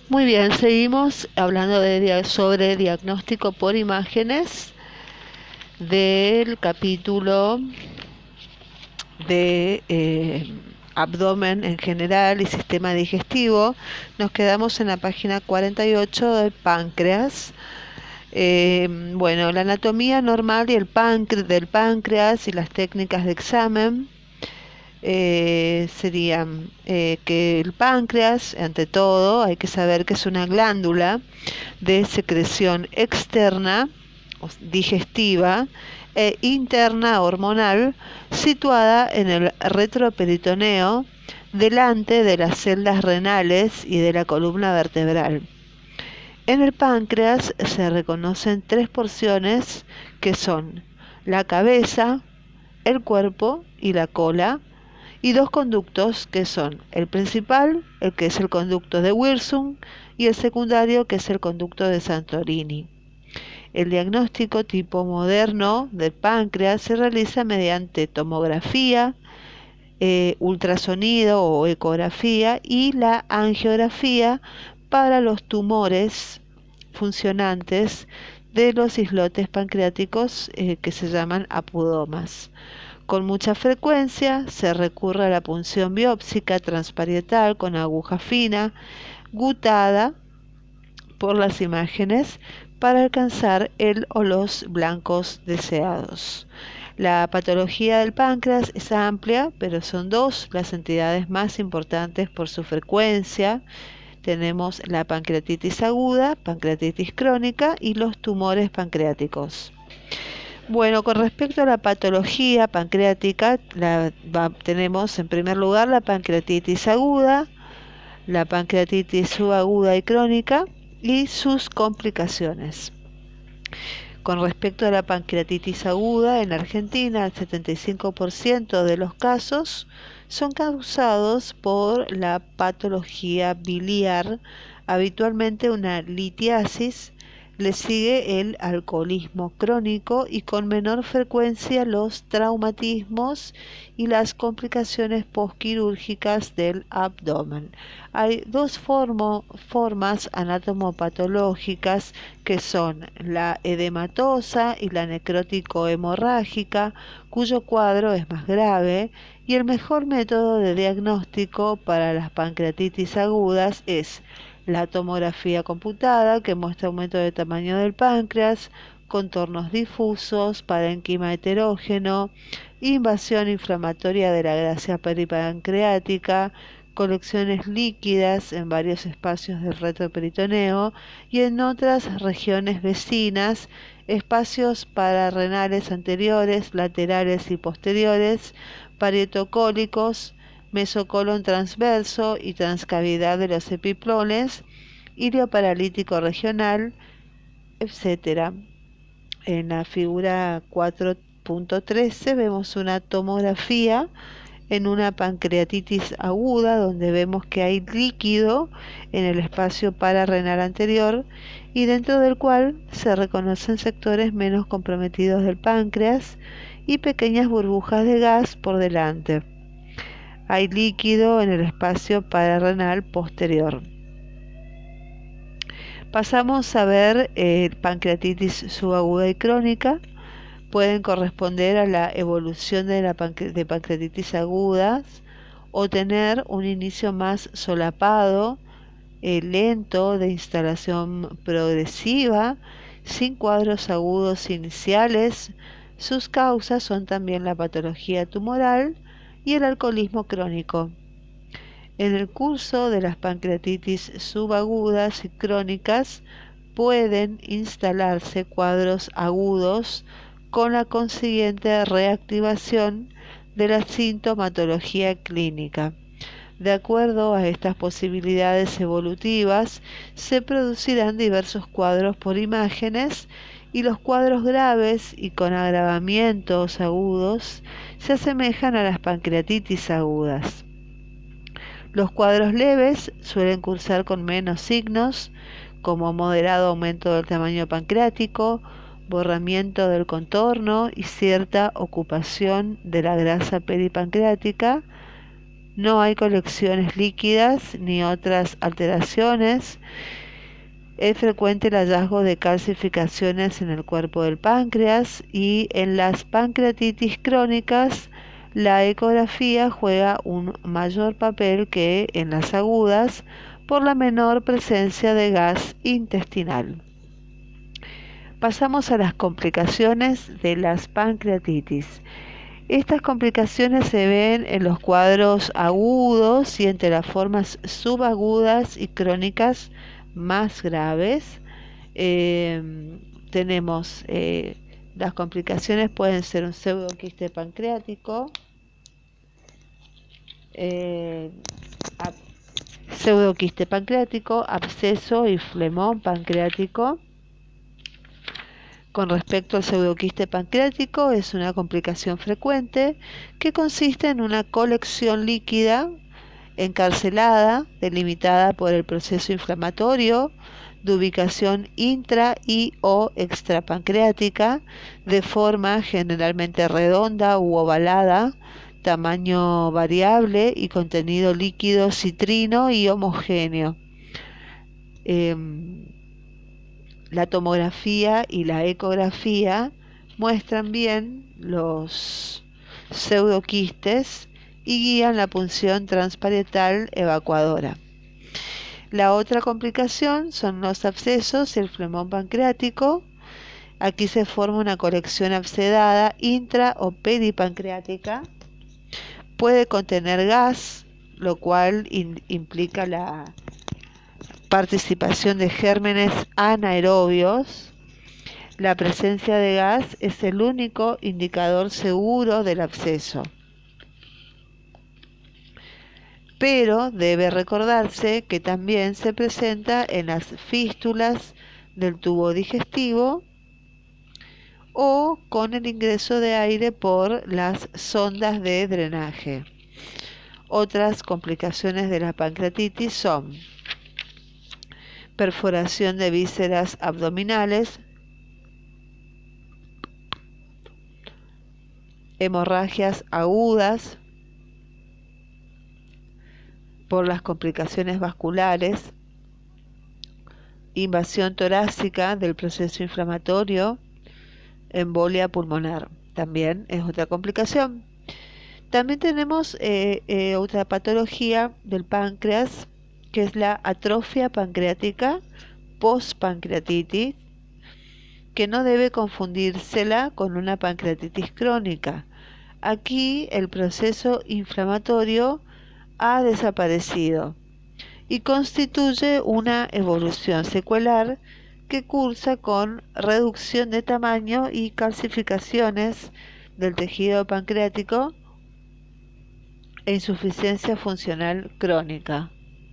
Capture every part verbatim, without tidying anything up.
Muy bien, seguimos hablando de, dia- sobre diagnóstico por imágenes del capítulo de eh, abdomen en general y sistema digestivo. Nos quedamos en la página cuarenta y ocho del páncreas. Eh, bueno, la anatomía normal y el páncre- del páncreas y las técnicas de examen eh, serían eh, que el páncreas, ante todo, hay que saber que es una glándula de secreción externa, o digestiva, e interna hormonal, situada en el retroperitoneo, delante de las celdas renales y de la columna vertebral. En el páncreas se reconocen tres porciones que son la cabeza, el cuerpo y la cola, y dos conductos que son el principal, el que es el conducto de Wirsung, y el secundario, que es el conducto de Santorini. El diagnóstico tipo moderno del páncreas se realiza mediante tomografía, eh, ultrasonido o ecografía y la angiografía para los tumores funcionantes de los islotes pancreáticos eh, que se llaman apodomas. Con mucha frecuencia se recurre a la punción biópsica transparietal con aguja fina, gutada por las imágenes para alcanzar el o los blancos deseados. La patología del páncreas es amplia, pero son dos las entidades más importantes por su frecuencia. Tenemos la pancreatitis aguda, pancreatitis crónica y los tumores pancreáticos. Bueno, con respecto a la patología pancreática, la, va, tenemos en primer lugar la pancreatitis aguda, la pancreatitis subaguda y crónica y sus complicaciones. Con respecto a la pancreatitis aguda, en Argentina el setenta y cinco por ciento de los casos son causados por la patología biliar, habitualmente una litiasis. Le sigue el alcoholismo crónico y con menor frecuencia los traumatismos y las complicaciones posquirúrgicas del abdomen. Hay dos formo, formas anatomopatológicas que son la edematosa y la necrótico-hemorrágica, cuyo cuadro es más grave, y el mejor método de diagnóstico para las pancreatitis agudas es la tomografía computada, que muestra aumento de tamaño del páncreas, contornos difusos, parénquima heterógeno, invasión inflamatoria de la grasa peripancreática, colecciones líquidas en varios espacios del retroperitoneo y en otras regiones vecinas, espacios pararrenales anteriores, laterales y posteriores, parietocólicos, mesocolon transverso y transcavidad de los epiplones, ilioparalítico regional, etcétera. En la figura cuatro punto trece vemos una tomografía en una pancreatitis aguda, donde vemos que hay líquido en el espacio pararrenal anterior y dentro del cual se reconocen sectores menos comprometidos del páncreas y pequeñas burbujas de gas por delante. Hay líquido en el espacio pararrenal posterior. Pasamos a ver eh, pancreatitis subaguda y crónica. Pueden corresponder a la evolución de la pancre de pancreatitis agudas o tener un inicio más solapado, eh, lento, de instalación progresiva, sin cuadros agudos iniciales. Sus causas son también la patología tumoral y el alcoholismo crónico. En el curso de las pancreatitis subagudas y crónicas pueden instalarse cuadros agudos con la consiguiente reactivación de la sintomatología clínica. De acuerdo a estas posibilidades evolutivas, se producirán diversos cuadros por imágenes y los cuadros graves y con agravamientos agudos se asemejan a las pancreatitis agudas. Los cuadros leves suelen cursar con menos signos, como moderado aumento del tamaño pancreático, borramiento del contorno y cierta ocupación de la grasa peripancreática, No hay colecciones líquidas ni otras alteraciones. Es frecuente el hallazgo de calcificaciones en el cuerpo del páncreas y en las pancreatitis crónicas la ecografía juega un mayor papel que en las agudas por la menor presencia de gas intestinal. Pasamos a las complicaciones de las pancreatitis. Estas complicaciones se ven en los cuadros agudos y entre las formas subagudas y crónicas más graves. Eh, tenemos eh, las complicaciones pueden ser un pseudoquiste pancreático, eh, pseudoquiste pancreático, absceso y flemón pancreático. Con respecto al pseudoquiste pancreático, es una complicación frecuente que consiste en una colección líquida encarcelada, delimitada por el proceso inflamatorio, de ubicación intra y o extrapancreática, de forma generalmente redonda u ovalada, tamaño variable y contenido líquido citrino y homogéneo. Eh, La tomografía y la ecografía muestran bien los pseudoquistes y guían la punción transparietal evacuadora. La otra complicación son los abscesos y el flemón pancreático. Aquí se forma una colección abscedada intra o peripancreática. Puede contener gas, lo cual in- implica la participación de gérmenes anaerobios. La presencia de gas es el único indicador seguro del absceso. Pero debe recordarse que también se presenta en las fístulas del tubo digestivo o con el ingreso de aire por las sondas de drenaje. Otras complicaciones de la pancreatitis son perforación de vísceras abdominales, hemorragias agudas por las complicaciones vasculares, invasión torácica del proceso inflamatorio, embolia pulmonar. También es otra complicación. También tenemos eh, eh, otra patología del páncreas, que es la atrofia pancreática postpancreatitis, que no debe confundírsela con una pancreatitis crónica. Aquí el proceso inflamatorio ha desaparecido y constituye una evolución secuelar que cursa con reducción de tamaño y calcificaciones del tejido pancreático e insuficiencia funcional crónica.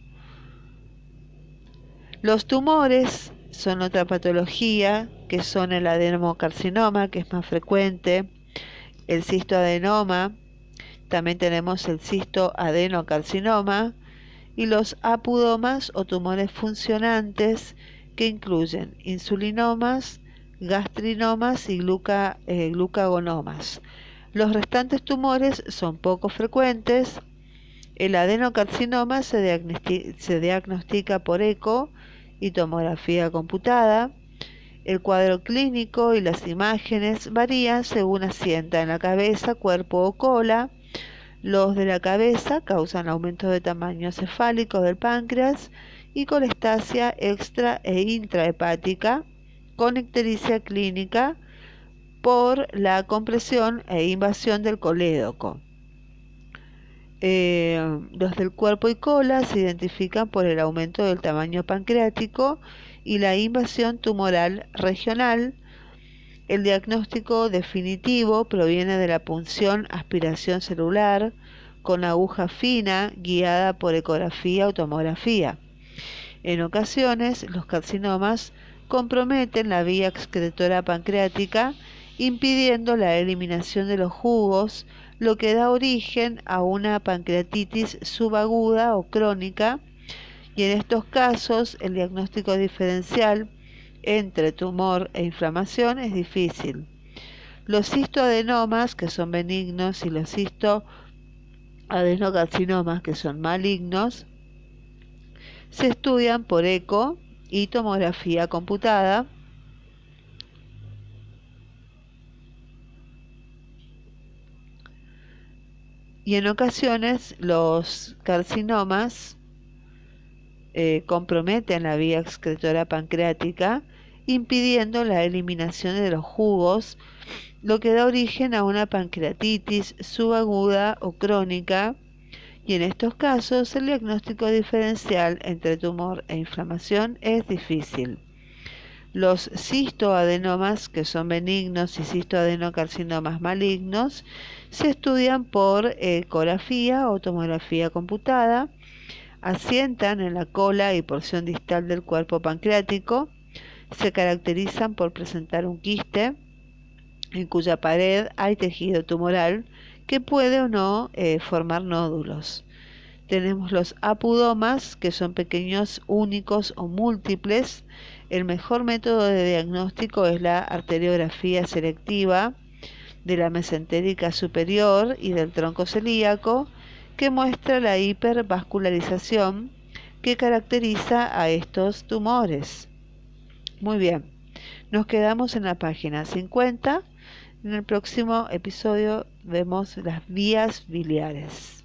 Los tumores son otra patología, que son el adenocarcinoma, que es más frecuente, el cistoadenoma, también tenemos el cistoadenocarcinoma y los apudomas o tumores funcionantes, que incluyen insulinomas, gastrinomas y gluca, eh, glucagonomas. Los restantes tumores son poco frecuentes. El adenocarcinoma se, diagnosti- se diagnostica por eco y tomografía computada. El cuadro clínico y las imágenes varían según asienta en la cabeza, cuerpo o cola. Los de la cabeza causan aumento de tamaño cefálico del páncreas y colestasia extra e intrahepática, con ictericia clínica por la compresión e invasión del colédoco. Eh, los del cuerpo y cola se identifican por el aumento del tamaño pancreático y la invasión tumoral regional. El diagnóstico definitivo proviene de la punción aspiración celular con aguja fina guiada por ecografía o tomografía. En ocasiones, los carcinomas comprometen la vía excretora pancreática, impidiendo la eliminación de los jugos, lo que da origen a una pancreatitis subaguda o crónica, y en estos casos el diagnóstico diferencial entre tumor e inflamación es difícil. Los cistoadenomas, que son benignos, y los cistoadenocarcinomas, adenocarcinomas que son malignos se estudian por eco y tomografía computada. Y en ocasiones los carcinomas eh, comprometen la vía excretora pancreática, impidiendo la eliminación de los jugos, lo que da origen a una pancreatitis subaguda o crónica, y en estos casos el diagnóstico diferencial entre tumor e inflamación es difícil. Los cistoadenomas, que son benignos, y cistoadenocarcinomas malignos, se estudian por ecografía o tomografía computada, asientan en la cola y porción distal del cuerpo pancreático, se caracterizan por presentar un quiste en cuya pared hay tejido tumoral que puede o no eh, formar nódulos. Tenemos los apudomas, que son pequeños, únicos o múltiples. El mejor método de diagnóstico es la arteriografía selectiva de la mesentérica superior y del tronco celíaco, que muestra la hipervascularización que caracteriza a estos tumores. Muy bien, nos quedamos en la página cincuenta. En el próximo episodio vemos las vías biliares.